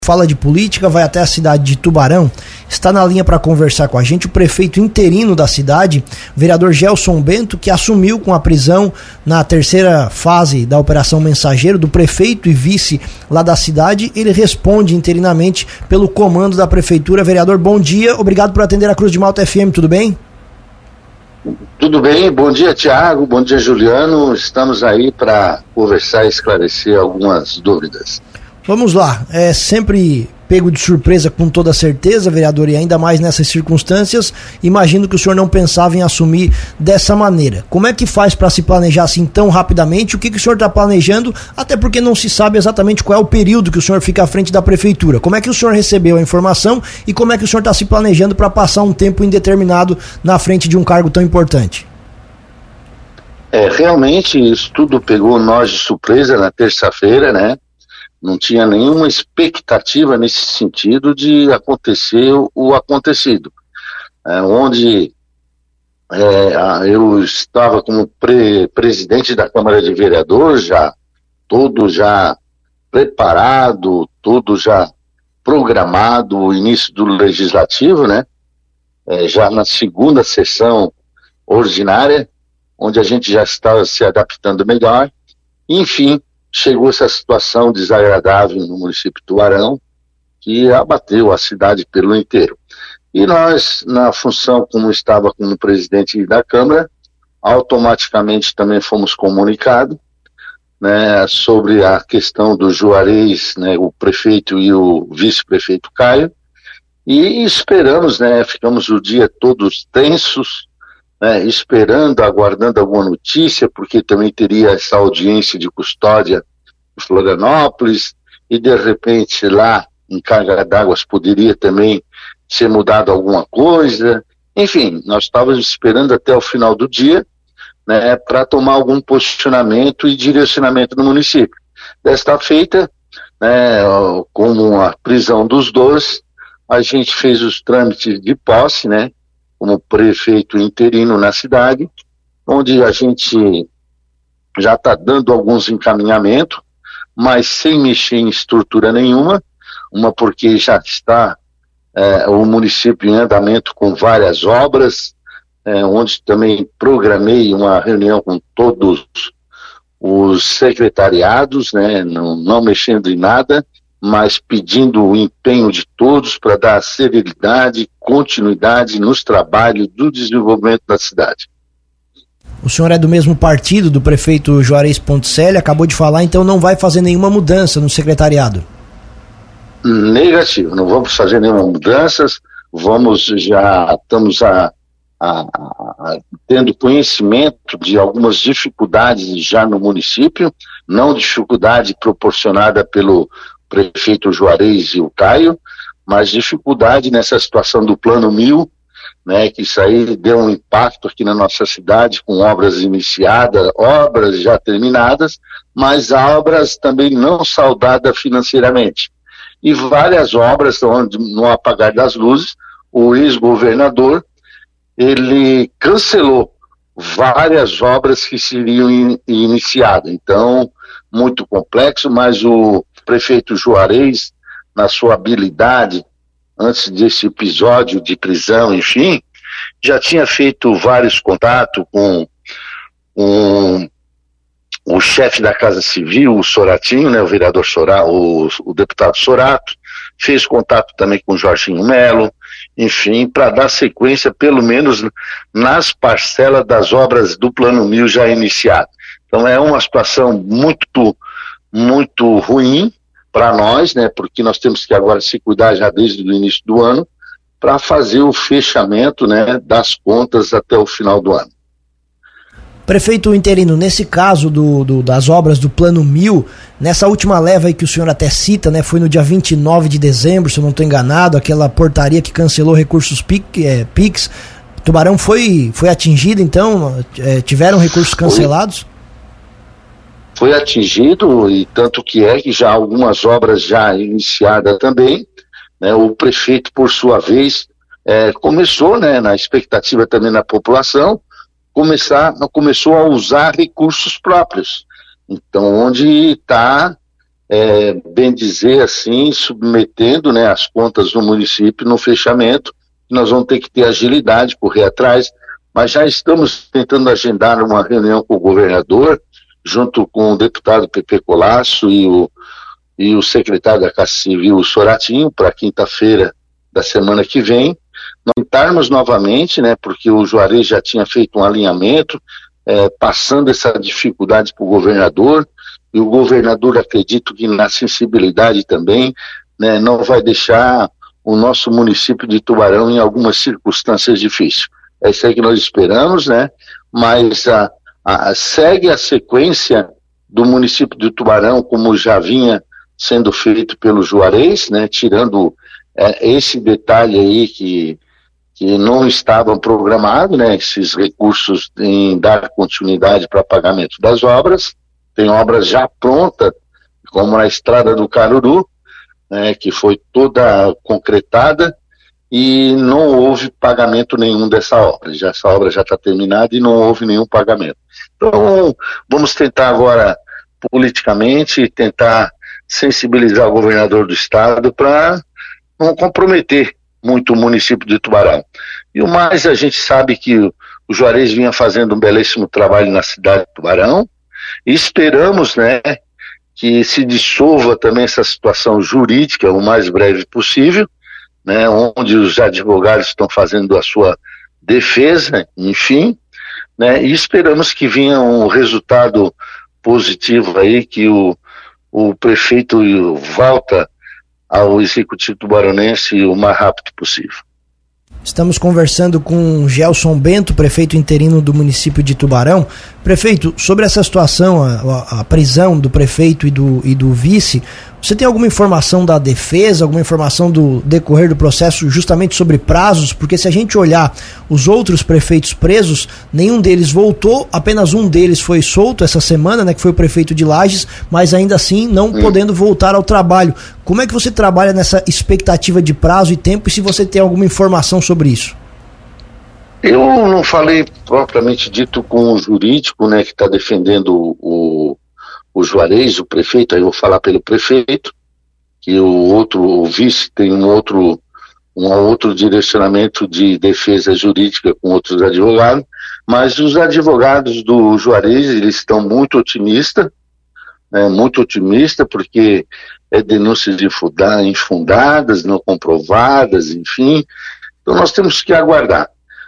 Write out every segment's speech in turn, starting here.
Fala de política, vai até a cidade de Tubarão. Está na linha para conversar com a gente o prefeito interino da cidade, vereador Gelson Bento, que assumiu com a prisão na terceira fase da Operação Mensageiro do prefeito e vice lá da cidade. Ele responde interinamente pelo comando da prefeitura. Vereador, bom dia, obrigado por atender a Cruz de Malta FM, tudo bem? Tudo bem, bom dia Tiago, bom dia Juliano, estamos aí para conversar e esclarecer algumas dúvidas. Vamos lá, é sempre pego de surpresa com toda certeza, vereador, e ainda mais nessas circunstâncias, imagino que o senhor não pensava em assumir dessa maneira. Como é que faz para se planejar assim tão rapidamente? O que o senhor está planejando? Até porque não se sabe exatamente qual é o período que o senhor fica à frente da prefeitura. Como é que o senhor recebeu a informação e como é que o senhor está se planejando para passar um tempo indeterminado na frente de um cargo tão importante? Realmente isso tudo pegou nós de surpresa na terça-feira, né? Não tinha nenhuma expectativa nesse sentido de acontecer o acontecido. Onde eu estava como presidente da Câmara de Vereadores, todo já preparado, tudo já programado, o início do Legislativo, né? Já na segunda sessão ordinária, onde a gente já estava se adaptando melhor. Enfim, chegou essa situação desagradável no município de Tubarão, que abateu a cidade pelo inteiro. E nós, na função como estava como presidente da Câmara, automaticamente também fomos comunicados, né, sobre a questão do Juarez, né, o prefeito e o vice-prefeito Caio, e esperamos, né, ficamos o dia todos tensos, esperando, aguardando alguma notícia, porque também teria essa audiência de custódia em Florianópolis, e de repente lá em Carga d'Água poderia também ser mudado alguma coisa. Enfim, nós estávamos esperando até o final do dia, né, para tomar algum posicionamento e direcionamento do município. Desta feita, né, como a prisão dos dois, a gente fez os trâmites de posse, né, como prefeito interino na cidade, onde a gente já está dando alguns encaminhamentos, mas sem mexer em estrutura nenhuma, porque já está o município em andamento com várias obras, onde também programei uma reunião com todos os secretariados, né, não mexendo em nada, mas pedindo o empenho de todos para dar celeridade, continuidade nos trabalhos do desenvolvimento da cidade. O senhor é do mesmo partido do prefeito Juarez Ponticelli, acabou de falar, então não vai fazer nenhuma mudança no secretariado? Negativo, não vamos fazer nenhuma mudança, estamos tendo conhecimento de algumas dificuldades já no município, não dificuldade proporcionada pelo prefeito Juarez e o Caio, mas dificuldade nessa situação do Plano 1000, né, que isso aí deu um impacto aqui na nossa cidade, com obras iniciadas, obras já terminadas, mas obras também não saudadas financeiramente. E várias obras, onde no apagar das luzes, o ex-governador, ele cancelou várias obras que seriam iniciadas. Então, muito complexo, mas o prefeito Juarez, na sua habilidade, antes desse episódio de prisão, enfim, já tinha feito vários contatos com o chefe da Casa Civil, o Soratinho, né, o vereador Sorato, o deputado Sorato, fez contato também com o Jorginho Melo, enfim, para dar sequência, pelo menos, nas parcelas das obras do Plano 1000 já iniciadas. Então é uma situação muito, muito ruim para nós, né, porque nós temos que agora se cuidar já desde o início do ano, para fazer o fechamento, né, das contas até o final do ano. Prefeito interino, nesse caso das obras do Plano 1000, nessa última leva aí que o senhor até cita, né, foi no dia 29 de dezembro, se eu não estou enganado, aquela portaria que cancelou recursos PIX, Tubarão foi atingido, então, tiveram recursos cancelados? Foi atingido, e tanto que já algumas obras já iniciadas também, né, o prefeito, por sua vez, começou, né, na expectativa também da população, começou a usar recursos próprios. Então, onde está bem dizer assim, submetendo, né, as contas do município no fechamento. Nós vamos ter que ter agilidade, correr atrás, mas já estamos tentando agendar uma reunião com o governador, junto com o deputado Pepe Colasso e o secretário da Casa Civil, o Soratinho, para quinta-feira da semana que vem, nós tentarmos novamente, né, porque o Juarez já tinha feito um alinhamento, passando essa dificuldade para o governador, e o governador, acredito que na sensibilidade também, né, não vai deixar o nosso município de Tubarão em algumas circunstâncias difíceis. É isso aí que nós esperamos, né, mas segue a sequência do município de Tubarão, como já vinha sendo feito pelo Juarez, né, tirando esse detalhe aí que não estavam programados, né, esses recursos em dar continuidade para pagamento das obras. Tem obras já prontas, como a Estrada do Caruru, né, que foi toda concretada, e não houve pagamento nenhum dessa obra. Essa obra já está terminada e não houve nenhum pagamento. Então, vamos tentar agora, politicamente, tentar sensibilizar o governador do estado para não comprometer muito o município de Tubarão. E o mais, a gente sabe que o Juarez vinha fazendo um belíssimo trabalho na cidade de Tubarão, e esperamos, né, que se dissolva também essa situação jurídica o mais breve possível, né, onde os advogados estão fazendo a sua defesa, enfim, né, e esperamos que venha um resultado positivo aí, que o prefeito volta ao executivo tubaronense o mais rápido possível. Estamos conversando com Gelson Bento, prefeito interino do município de Tubarão. Prefeito, sobre essa situação, a prisão do prefeito e do vice, você tem alguma informação da defesa, alguma informação do decorrer do processo justamente sobre prazos? Porque se a gente olhar os outros prefeitos presos, nenhum deles voltou, apenas um deles foi solto essa semana, né, que foi o prefeito de Lages, mas ainda assim não podendo voltar ao trabalho. Como é que você trabalha nessa expectativa de prazo e tempo, e se você tem alguma informação sobre isso? Eu não falei propriamente dito com o jurídico, né, que está defendendo o Juarez, o prefeito. Aí eu vou falar pelo prefeito, que o vice tem um outro direcionamento de defesa jurídica com outros advogados, mas os advogados do Juarez, eles estão muito otimistas, né, porque denúncias infundadas, não comprovadas, enfim. Então nós temos que aguardar,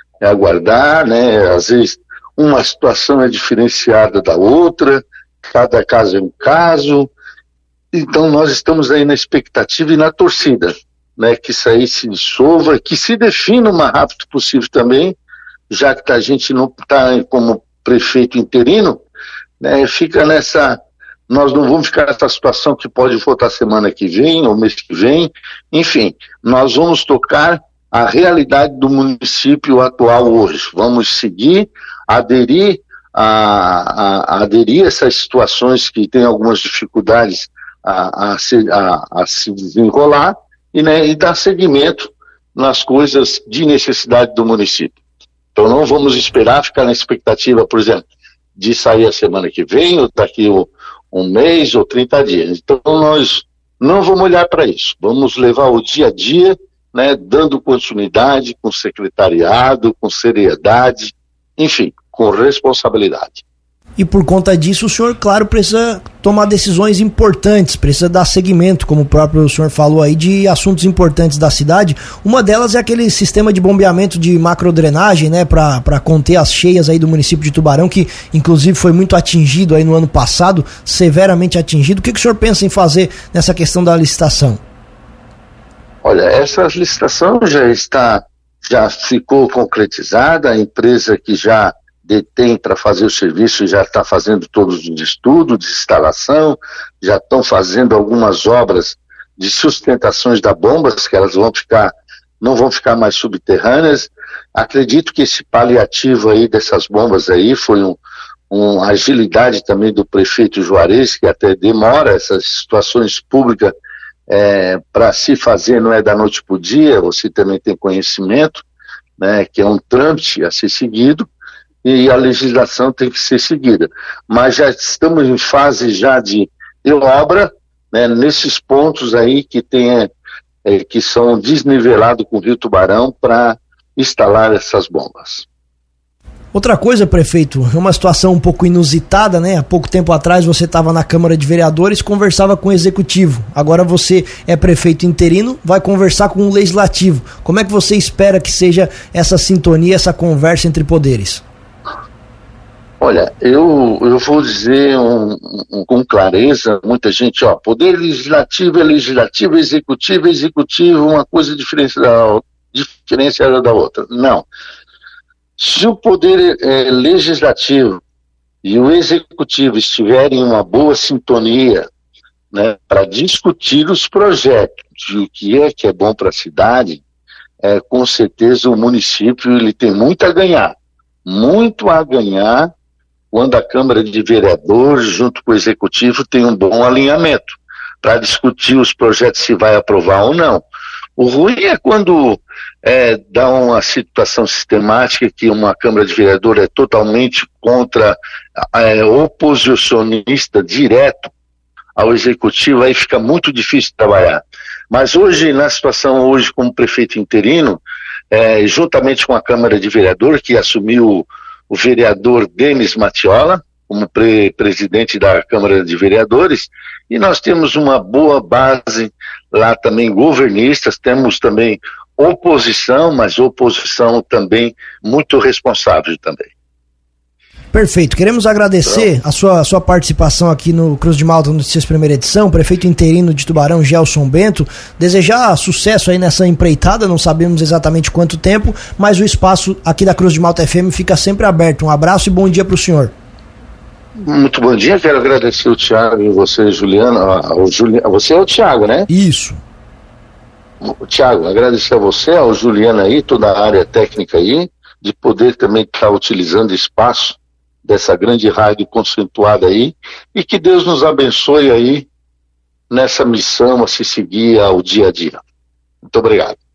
né, às vezes uma situação é diferenciada da outra, cada caso é um caso, então nós estamos aí na expectativa e na torcida, né, que isso aí se dissolva, que se defina o mais rápido possível também, já que a gente não está como prefeito interino, né, fica nessa, nós não vamos ficar nessa situação que pode votar semana que vem, ou mês que vem, enfim, nós vamos tocar a realidade do município atual hoje, vamos seguir, aderir a essas situações que tem algumas dificuldades a se desenrolar e dar seguimento nas coisas de necessidade do município. Então não vamos esperar, ficar na expectativa, por exemplo, de sair a semana que vem, ou daqui um mês ou 30 dias. Então nós não vamos olhar para isso, vamos levar o dia a dia, né, dando continuidade com secretariado, com seriedade, enfim, com responsabilidade. E por conta disso o senhor, claro, precisa tomar decisões importantes, precisa dar seguimento, como o próprio senhor falou aí, de assuntos importantes da cidade. Uma delas é aquele sistema de bombeamento de macrodrenagem, né, para conter as cheias aí do município de Tubarão, que inclusive foi muito atingido aí no ano passado, severamente atingido. O que o senhor pensa em fazer nessa questão da licitação? Olha, essa licitação já ficou concretizada, a empresa que já detém para fazer o serviço já está fazendo todos os estudos de instalação, já estão fazendo algumas obras de sustentações das bombas, que elas não vão ficar mais subterrâneas. Acredito que esse paliativo aí dessas bombas aí foi uma agilidade também do prefeito Juarez, que até demora essas situações públicas para se fazer, não é da noite para o dia, você também tem conhecimento, né, que é um trâmite a ser seguido, e a legislação tem que ser seguida. Mas já estamos em fase já de obra, né, nesses pontos aí que que são desnivelados com o Rio Tubarão para instalar essas bombas. Outra coisa, prefeito, é uma situação um pouco inusitada, né? Há pouco tempo atrás você estava na Câmara de Vereadores, conversava com o Executivo. Agora você é prefeito interino, vai conversar com o Legislativo. Como é que você espera que seja essa sintonia, essa conversa entre poderes? Olha, eu vou dizer com clareza, muita gente, poder legislativo é legislativo, executivo é executivo, uma coisa diferenciada da outra. Não. Se o poder legislativo e o executivo estiverem em uma boa sintonia, né, para discutir os projetos e o que é bom para a cidade, com certeza o município ele tem muito a ganhar quando a Câmara de Vereadores, junto com o Executivo, tem um bom alinhamento para discutir os projetos se vai aprovar ou não. O ruim é quando dá uma situação sistemática que uma Câmara de Vereadores é totalmente oposicionista direto ao Executivo, aí fica muito difícil trabalhar. Mas hoje, na situação hoje como prefeito interino, juntamente com a Câmara de Vereadores, que assumiu o vereador Denis Matiola como presidente da Câmara de Vereadores, e nós temos uma boa base lá também governistas, temos também oposição, mas oposição também muito responsável também. Perfeito, queremos agradecer a sua participação aqui no Cruz de Malta Notícias primeira edição, prefeito interino de Tubarão, Gelson Bento, desejar sucesso aí nessa empreitada, não sabemos exatamente quanto tempo, mas o espaço aqui da Cruz de Malta FM fica sempre aberto. Um abraço e bom dia para o senhor. Muito bom dia, quero agradecer o Thiago e você, Juliana. Você é o Thiago, né? Isso. Thiago, agradecer a você, ao Juliana aí, toda a área técnica aí, de poder também estar utilizando espaço dessa grande rádio conceituada aí, e que Deus nos abençoe aí nessa missão a se seguir ao dia a dia. Muito obrigado.